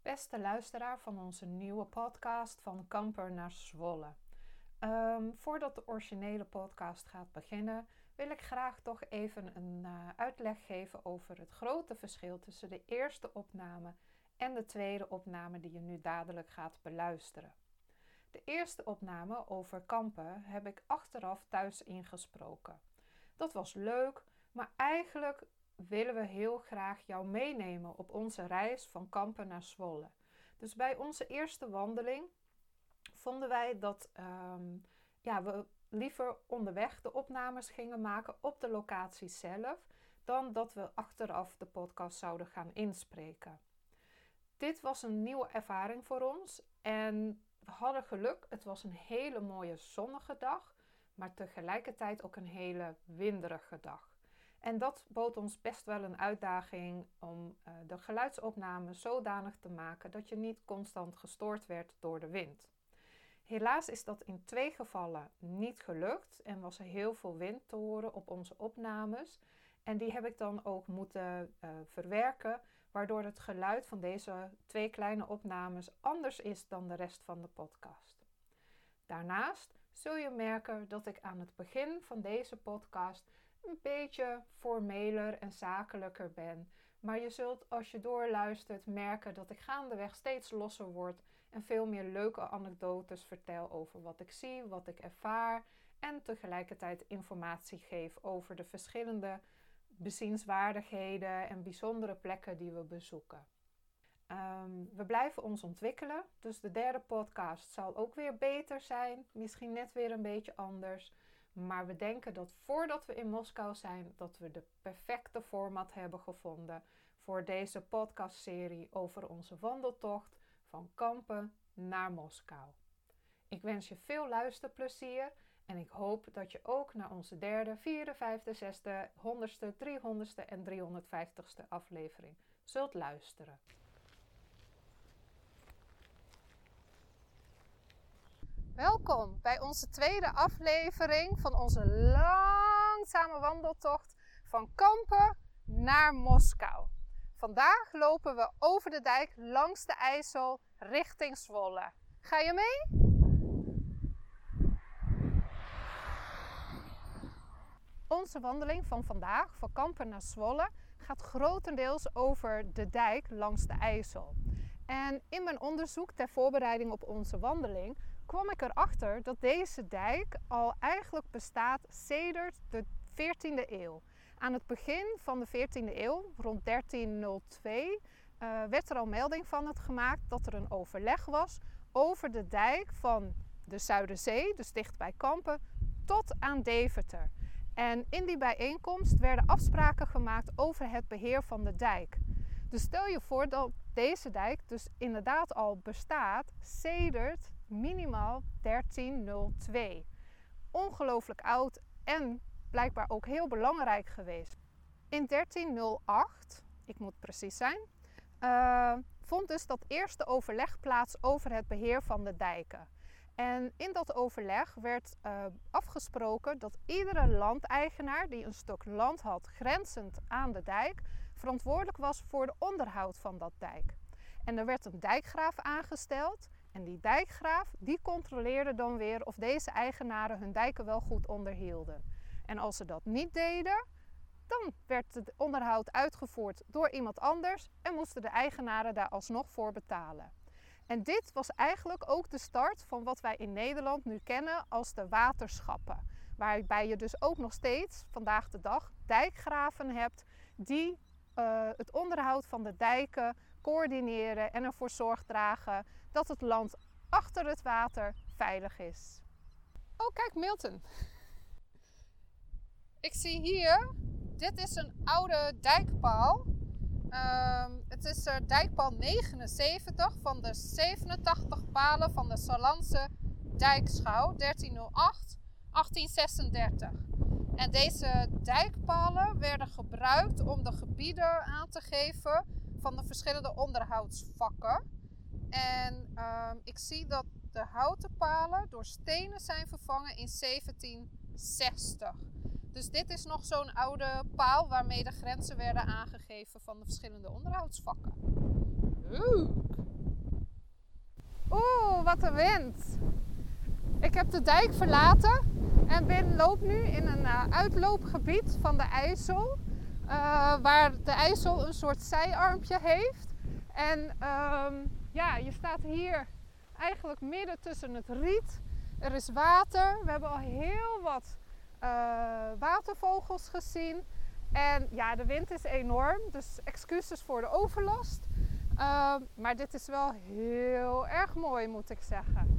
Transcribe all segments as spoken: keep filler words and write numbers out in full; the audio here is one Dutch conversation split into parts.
Beste luisteraar van onze nieuwe podcast van Kamper naar Zwolle. Um, voordat de originele podcast gaat beginnen, wil ik graag toch even een uh, uitleg geven over het grote verschil tussen de eerste opname en de tweede opname die je nu dadelijk gaat beluisteren. De eerste opname over kampen heb ik achteraf thuis ingesproken. Dat was leuk, maar eigenlijk willen we heel graag jou meenemen op onze reis van Kampen naar Zwolle. Dus bij onze eerste wandeling vonden wij dat um, ja, we liever onderweg de opnames gingen maken op de locatie zelf, dan dat we achteraf de podcast zouden gaan inspreken. Dit was een nieuwe ervaring voor ons en we hadden geluk. Het was een hele mooie zonnige dag, maar tegelijkertijd ook een hele winderige dag. En dat bood ons best wel een uitdaging om uh, de geluidsopname zodanig te maken dat je niet constant gestoord werd door de wind. Helaas is dat in twee gevallen niet gelukt en was er heel veel wind te horen op onze opnames. En die heb ik dan ook moeten uh, verwerken, waardoor het geluid van deze twee kleine opnames anders is dan de rest van de podcast. Daarnaast zul je merken dat ik aan het begin van deze podcast een beetje formeler en zakelijker ben. Maar je zult als je doorluistert merken dat ik gaandeweg steeds losser word en veel meer leuke anekdotes vertel over wat ik zie, wat ik ervaar en tegelijkertijd informatie geef over de verschillende bezienswaardigheden en bijzondere plekken die we bezoeken. Um, we blijven ons ontwikkelen, dus de derde podcast zal ook weer beter zijn, misschien net weer een beetje anders. Maar we denken dat voordat we in Moskou zijn, dat we de perfecte format hebben gevonden voor deze podcastserie over onze wandeltocht van Kampen naar Moskou. Ik wens je veel luisterplezier en ik hoop dat je ook naar onze derde, vierde, vijfde, zesde, honderdste, driehonderdste en driehonderdvijftigste aflevering zult luisteren. Welkom bij onze tweede aflevering van onze langzame wandeltocht van Kampen naar Moskou. Vandaag lopen we over de dijk langs de IJssel richting Zwolle. Ga je mee? Onze wandeling van vandaag, van Kampen naar Zwolle, gaat grotendeels over de dijk langs de IJssel. En in mijn onderzoek ter voorbereiding op onze wandeling kwam ik erachter dat deze dijk al eigenlijk bestaat sedert de veertiende eeuw. Aan het begin van de veertiende eeuw, rond dertienhonderdtwee, uh, werd er al melding van het gemaakt dat er een overleg was over de dijk van de Zuiderzee, dus dicht bij Kampen, tot aan Deventer. En in die bijeenkomst werden afspraken gemaakt over het beheer van de dijk. Dus stel je voor dat deze dijk dus inderdaad al bestaat sedert minimaal dertienhonderdtwee. Ongelooflijk oud en blijkbaar ook heel belangrijk geweest. In dertienhonderdacht, ik moet precies zijn, uh, vond dus dat eerste overleg plaats over het beheer van de dijken. En in dat overleg werd uh, afgesproken dat iedere landeigenaar die een stuk land had grenzend aan de dijk verantwoordelijk was voor de onderhoud van dat dijk. En er werd een dijkgraaf aangesteld. En die dijkgraaf die controleerde dan weer of deze eigenaren hun dijken wel goed onderhielden. En als ze dat niet deden, dan werd het onderhoud uitgevoerd door iemand anders en moesten de eigenaren daar alsnog voor betalen. En dit was eigenlijk ook de start van wat wij in Nederland nu kennen als de waterschappen. Waarbij je dus ook nog steeds vandaag de dag dijkgraven hebt die uh, het onderhoud van de dijken coördineren en ervoor zorg dragen dat het land achter het water veilig is. Oh, kijk Milton. Ik zie hier, dit is een oude dijkpaal. Uh, het is er dijkpaal negenenzeventig van de zevenentachtig palen van de Sallandse dijkschouw dertienhonderdacht tot achttienzesendertig. En deze dijkpalen werden gebruikt om de gebieden aan te geven van de verschillende onderhoudsvakken. En uh, ik zie dat de houten palen door stenen zijn vervangen in zeventienzestig. Dus dit is nog zo'n oude paal waarmee de grenzen werden aangegeven van de verschillende onderhoudsvakken. Leuk! wat een wind. Ik heb de dijk verlaten en ben, loop nu in een uh, uitloopgebied van de IJssel. Uh, waar de IJssel een soort zijarmpje heeft. En um, ja, je staat hier eigenlijk midden tussen het riet. Er is water. We hebben al heel wat uh, watervogels gezien. En ja, de wind is enorm. Dus excuses voor de overlast. Uh, maar dit is wel heel erg mooi, moet ik zeggen.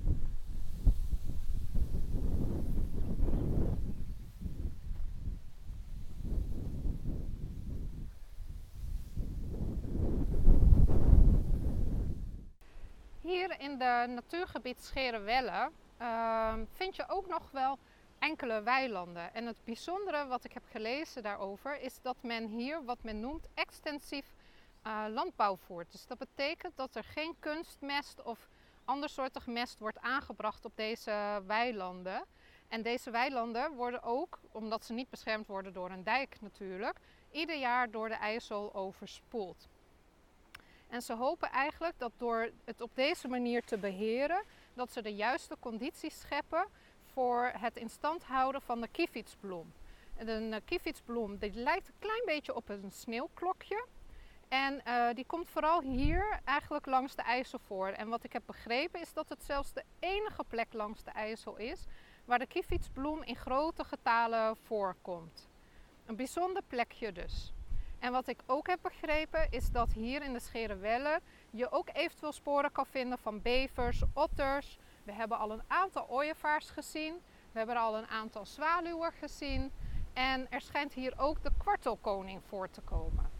Hier in de natuurgebied Scherenwelle uh, vind je ook nog wel enkele weilanden. En het bijzondere wat ik heb gelezen daarover is dat men hier wat men noemt extensief uh, landbouw voert. Dus dat betekent dat er geen kunstmest of andersoortig mest wordt aangebracht op deze weilanden. En deze weilanden worden ook, omdat ze niet beschermd worden door een dijk natuurlijk, ieder jaar door de IJssel overspoeld. En ze hopen eigenlijk dat door het op deze manier te beheren, dat ze de juiste condities scheppen voor het in stand houden van de kievietsbloem. Een kievietsbloem die lijkt een klein beetje op een sneeuwklokje. En uh, die komt vooral hier eigenlijk langs de IJssel voor. En wat ik heb begrepen is dat het zelfs de enige plek langs de IJssel is waar de kievietsbloem in grote getalen voorkomt. Een bijzonder plekje dus. En wat ik ook heb begrepen is dat hier in de Scherenwelle je ook eventueel sporen kan vinden van bevers, otters. We hebben al een aantal ooievaars gezien. We hebben al een aantal zwaluwen gezien. En er schijnt hier ook de kwartelkoning voor te komen.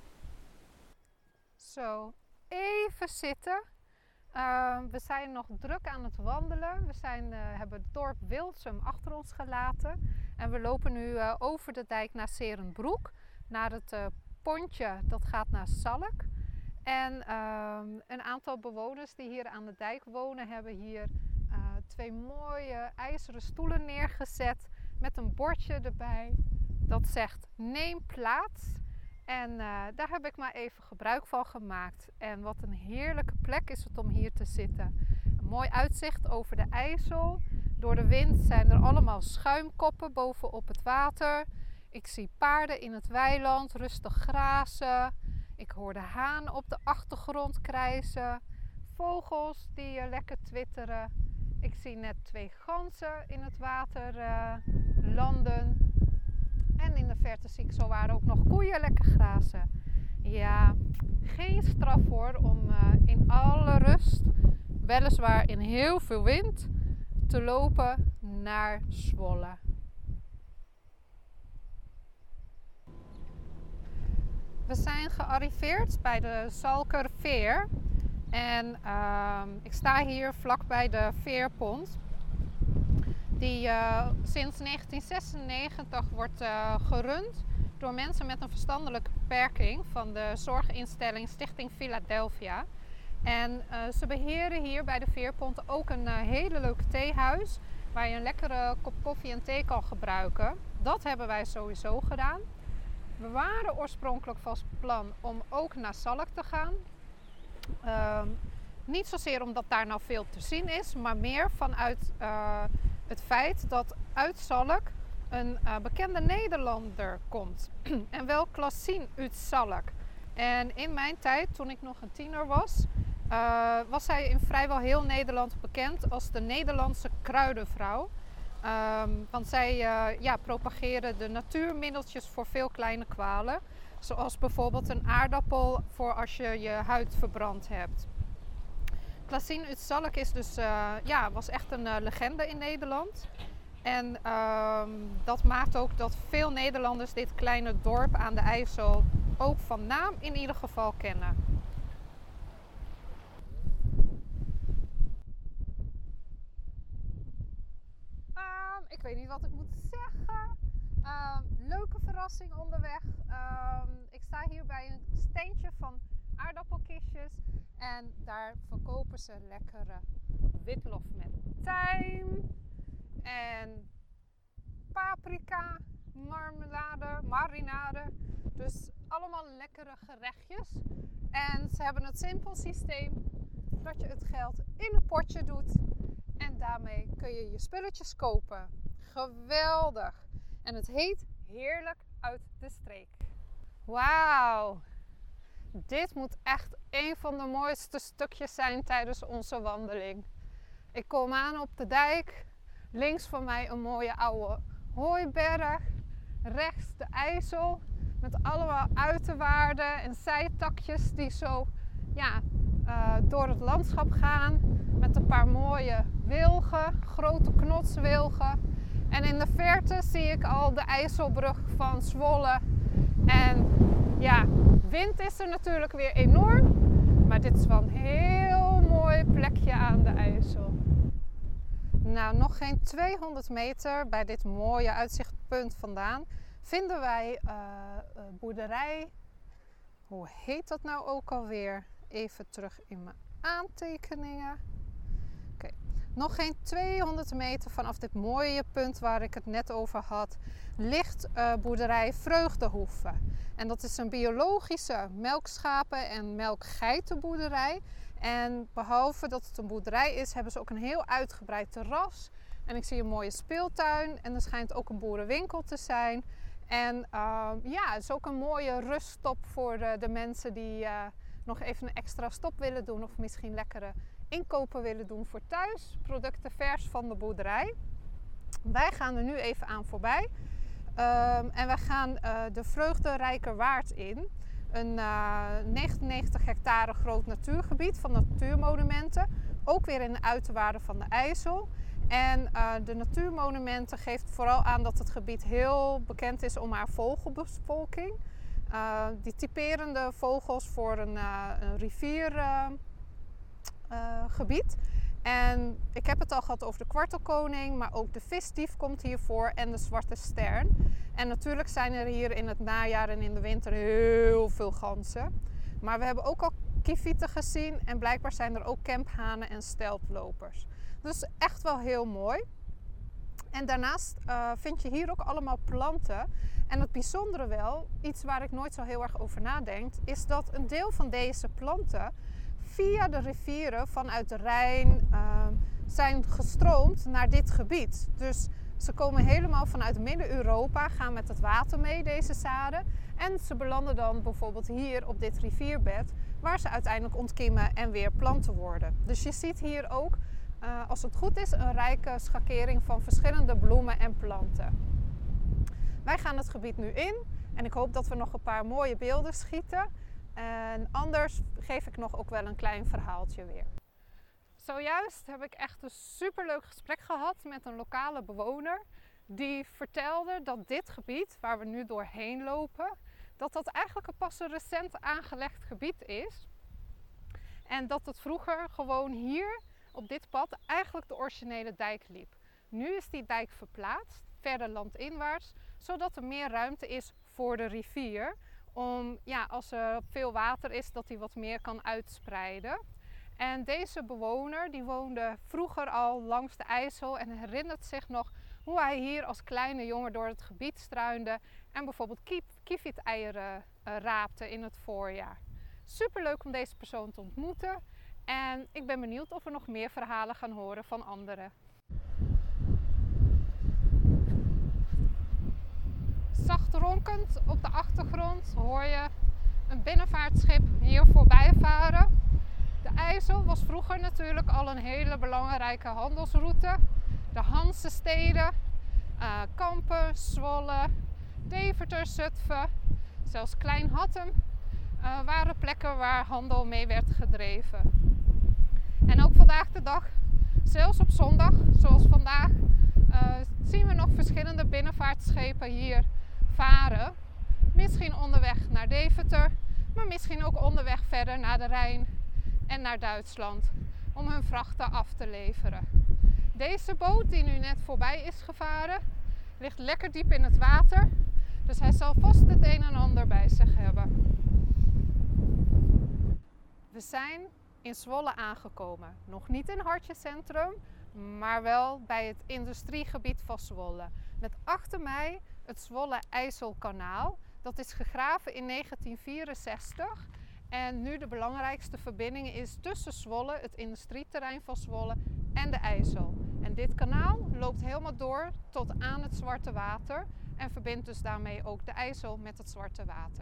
Zo, even zitten. Uh, we zijn nog druk aan het wandelen. We zijn, uh, hebben het dorp Wilsum achter ons gelaten. En we lopen nu uh, over de dijk naar 's Heerenbroek. Naar het uh, pontje dat gaat naar Zalk. En uh, een aantal bewoners die hier aan de dijk wonen hebben hier uh, twee mooie ijzeren stoelen neergezet. Met een bordje erbij dat zegt neem plaats. En uh, daar heb ik maar even gebruik van gemaakt. En wat een heerlijke plek is het om hier te zitten. Een mooi uitzicht over de IJssel. Door de wind zijn er allemaal schuimkoppen bovenop het water. Ik zie paarden in het weiland rustig grazen. Ik hoor de haan op de achtergrond krijsen. Vogels die uh, lekker twitteren. Ik zie net twee ganzen in het water uh, landen. En in de verte zie ik zowaar ook nog koeien lekker grazen. Ja, geen straf hoor om uh, in alle rust, weliswaar in heel veel wind, te lopen naar Zwolle. We zijn gearriveerd bij de Zalkerveer. En uh, ik sta hier vlakbij de veerpont. Die uh, sinds negentien zesennegentig wordt uh, gerund door mensen met een verstandelijke beperking van de zorginstelling Stichting Philadelphia. En uh, ze beheren hier bij de veerpont ook een uh, hele leuke theehuis waar je een lekkere kop koffie en thee kan gebruiken. Dat hebben wij sowieso gedaan. We waren oorspronkelijk van plan om ook naar Zalk te gaan. Uh, niet zozeer omdat daar nou veel te zien is, maar meer vanuit uh, het feit dat uit Zalk een uh, bekende Nederlander komt. En wel Klaasien uit Zalk. En in mijn tijd, toen ik nog een tiener was, uh, was zij in vrijwel heel Nederland bekend als de Nederlandse kruidenvrouw. Um, want zij uh, ja, propageerde de natuurmiddeltjes voor veel kleine kwalen. Zoals bijvoorbeeld een aardappel voor als je je huid verbrand hebt. Klaasien uit Zalk is dus, uh, ja, was echt een uh, legende in Nederland. En uh, dat maakt ook dat veel Nederlanders dit kleine dorp aan de IJssel ook van naam in ieder geval kennen. Um, ik weet niet wat ik moet zeggen. Um, leuke verrassing onderweg. Um, ik sta hier bij een steentje van aardappelkistjes. En daar verkopen ze lekkere witlof met tijm. En paprika, marmelade, marinade. Dus allemaal lekkere gerechtjes. En ze hebben het simpel systeem. zodat je het geld in een potje doet. En daarmee kun je je spulletjes kopen. Geweldig! En het heet Heerlijk uit de Streek. Wauw! Dit moet echt een van de mooiste stukjes zijn tijdens onze wandeling. Ik kom aan op de dijk. Links van mij een mooie oude hooiberg. Rechts de IJssel met allemaal uiterwaarden en zijtakjes die zo ja, uh, door het landschap gaan. Met een paar mooie wilgen, grote knotswilgen. En in de verte zie ik al de IJsselbrug van Zwolle. En ja, wind is er natuurlijk weer enorm. Maar dit is wel een heel mooi plekje aan de IJssel. Nou, nog geen tweehonderd meter bij dit mooie uitzichtpunt vandaan vinden wij uh, een boerderij. Hoe heet dat nou ook alweer? Even terug in mijn aantekeningen. Oké, okay. Nog geen tweehonderd meter vanaf dit mooie punt waar ik het net over had, ligt uh, boerderij Vreugdehoeve. En dat is een biologische melkschapen- en melkgeitenboerderij. En behalve dat het een boerderij is, hebben ze ook een heel uitgebreid terras. En ik zie een mooie speeltuin en er schijnt ook een boerenwinkel te zijn. En uh, ja, het is ook een mooie ruststop voor de, de mensen die uh, nog even een extra stop willen doen. Of misschien lekkere inkopen willen doen voor thuis. Producten vers van de boerderij. Wij gaan er nu even aan voorbij. Uh, en wij gaan uh, de Vreugderijkerwaard in. Een uh, negenennegentig hectare groot natuurgebied van natuurmonumenten. Ook weer in de uiterwaarden van de IJssel. En uh, de natuurmonumenten geeft vooral aan dat het gebied heel bekend is om haar vogelbevolking. Uh, die typerende vogels voor een, uh, een riviergebied. Uh, uh, en ik heb het al gehad over de kwartelkoning, maar ook de visdief komt hier voor en de zwarte stern. En natuurlijk zijn er hier in het najaar en in de winter heel veel ganzen. Maar we hebben ook al kievieten gezien en blijkbaar zijn er ook kemphanen en steltlopers. Dus echt wel heel mooi. En daarnaast uh, vind je hier ook allemaal planten. En het bijzondere wel, iets waar ik nooit zo heel erg over nadenk, is dat een deel van deze planten via de rivieren vanuit de Rijn uh, zijn gestroomd naar dit gebied. Dus ze komen helemaal vanuit Midden-Europa, gaan met het water mee, deze zaden. En ze belanden dan bijvoorbeeld hier op dit rivierbed, waar ze uiteindelijk ontkiemen en weer planten worden. Dus je ziet hier ook, uh, als het goed is, een rijke schakering van verschillende bloemen en planten. Wij gaan het gebied nu in en ik hoop dat we nog een paar mooie beelden schieten. En anders geef ik nog ook wel een klein verhaaltje weer. Zojuist heb ik echt een superleuk gesprek gehad met een lokale bewoner. Die vertelde dat dit gebied, waar we nu doorheen lopen, dat dat eigenlijk een pas een recent aangelegd gebied is. En dat het vroeger gewoon hier op dit pad eigenlijk de originele dijk liep. Nu is die dijk verplaatst, verder landinwaarts, zodat er meer ruimte is voor de rivier. Om, ja, als er veel water is, dat die wat meer kan uitspreiden. En deze bewoner, die woonde vroeger al langs de IJssel en herinnert zich nog hoe hij hier als kleine jongen door het gebied struinde en bijvoorbeeld kieviteieren uh, raapte in het voorjaar. Superleuk om deze persoon te ontmoeten en ik ben benieuwd of we nog meer verhalen gaan horen van anderen. Zacht ronkend op de achtergrond hoor je een binnenvaartschip hier voorbij varen. De IJssel was vroeger natuurlijk al een hele belangrijke handelsroute. De Hanzesteden, uh, Kampen, Zwolle, Deventer, Zutphen, zelfs Klein Hattem uh, waren plekken waar handel mee werd gedreven. En ook vandaag de dag, zelfs op zondag, zoals vandaag, uh, zien we nog verschillende binnenvaartschepen hier varen. Misschien onderweg naar Deventer, maar misschien ook onderweg verder naar de Rijn en naar Duitsland om hun vrachten af te leveren. Deze boot die nu net voorbij is gevaren ligt lekker diep in het water, dus hij zal vast het een en ander bij zich hebben. We zijn in Zwolle aangekomen. Nog niet in Hartje-centrum, maar wel bij het industriegebied van Zwolle. Met achter mij het Zwolle-IJsselkanaal. Dat is gegraven in negentien vierenzestig En nu de belangrijkste verbinding is tussen Zwolle, het industrieterrein van Zwolle, en de IJssel. En dit kanaal loopt helemaal door tot aan het Zwarte Water en verbindt dus daarmee ook de IJssel met het Zwarte Water.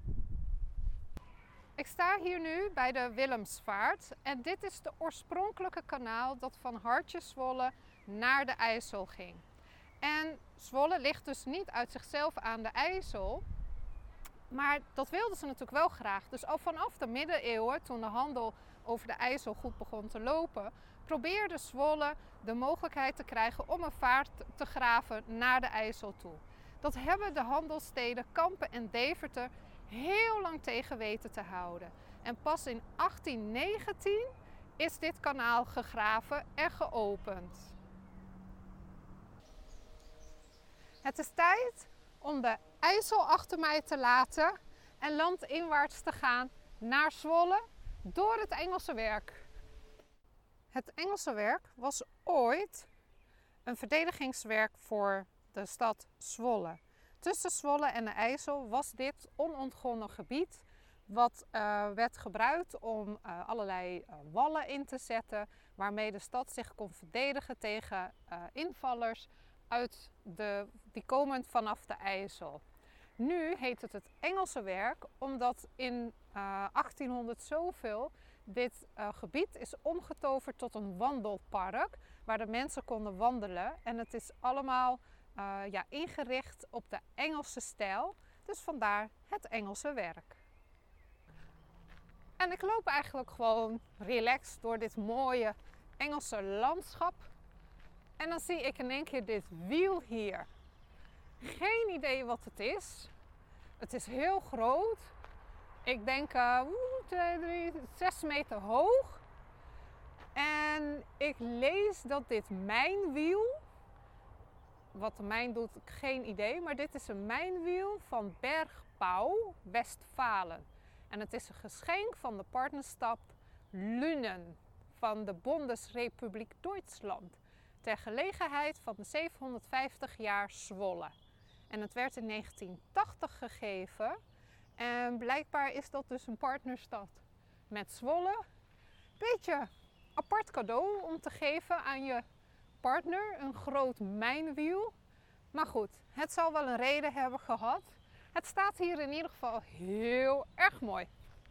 Ik sta hier nu bij de Willemsvaart en dit is de oorspronkelijke kanaal dat van Hartje-Zwolle naar de IJssel ging. En Zwolle ligt dus niet uit zichzelf aan de IJssel, maar dat wilden ze natuurlijk wel graag. Dus al vanaf de middeleeuwen, toen de handel over de IJssel goed begon te lopen, probeerde Zwolle de mogelijkheid te krijgen om een vaart te graven naar de IJssel toe. Dat hebben de handelssteden Kampen en Deventer heel lang tegen weten te houden. En pas in achttien negentien is dit kanaal gegraven en geopend. Het is tijd om de IJssel achter mij te laten en landinwaarts te gaan naar Zwolle door het Engelse Werk. Het Engelse Werk was ooit een verdedigingswerk voor de stad Zwolle. Tussen Zwolle en de IJssel was dit onontgonnen gebied wat uh, werd gebruikt om uh, allerlei uh, wallen in te zetten waarmee de stad zich kon verdedigen tegen uh, invallers uit de, die komen vanaf de IJssel. Nu heet het het Engelse Werk omdat in uh, achttienhonderd zoveel dit uh, gebied is omgetoverd tot een wandelpark waar de mensen konden wandelen. En het is allemaal uh, ja, ingericht op de Engelse stijl, dus vandaar het Engelse Werk. En ik loop eigenlijk gewoon relaxed door dit mooie Engelse landschap. En dan zie ik in één keer dit wiel hier. Geen idee wat het is. Het is heel groot. Ik denk uh, twee, drie, zes meter hoog. En ik lees dat dit mijnwiel, wat de mijn doet, geen idee. Maar dit is een mijnwiel van Bergbau, Westfalen. En het is een geschenk van de partnerstad Lünen van de Bundesrepubliek Duitsland. Ter gelegenheid van de zevenhonderdvijftig jaar Zwolle. En het werd in negentien tachtig gegeven. En blijkbaar is dat dus een partnerstad met Zwolle. Beetje apart cadeau om te geven aan je partner. Een groot mijnwiel. Maar goed, het zal wel een reden hebben gehad. Het staat hier in ieder geval heel erg mooi.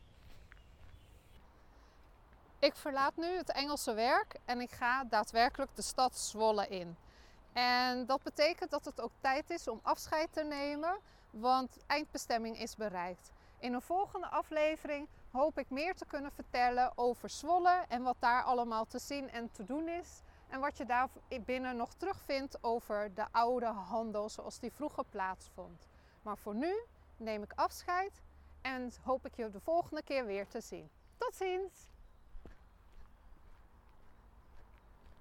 Ik verlaat nu het Engelse Werk en ik ga daadwerkelijk de stad Zwolle in. En dat betekent dat het ook tijd is om afscheid te nemen, want eindbestemming is bereikt. In een volgende aflevering hoop ik meer te kunnen vertellen over Zwolle en wat daar allemaal te zien en te doen is. En wat je daar binnen nog terugvindt over de oude handel zoals die vroeger plaatsvond. Maar voor nu neem ik afscheid en hoop ik je de volgende keer weer te zien. Tot ziens!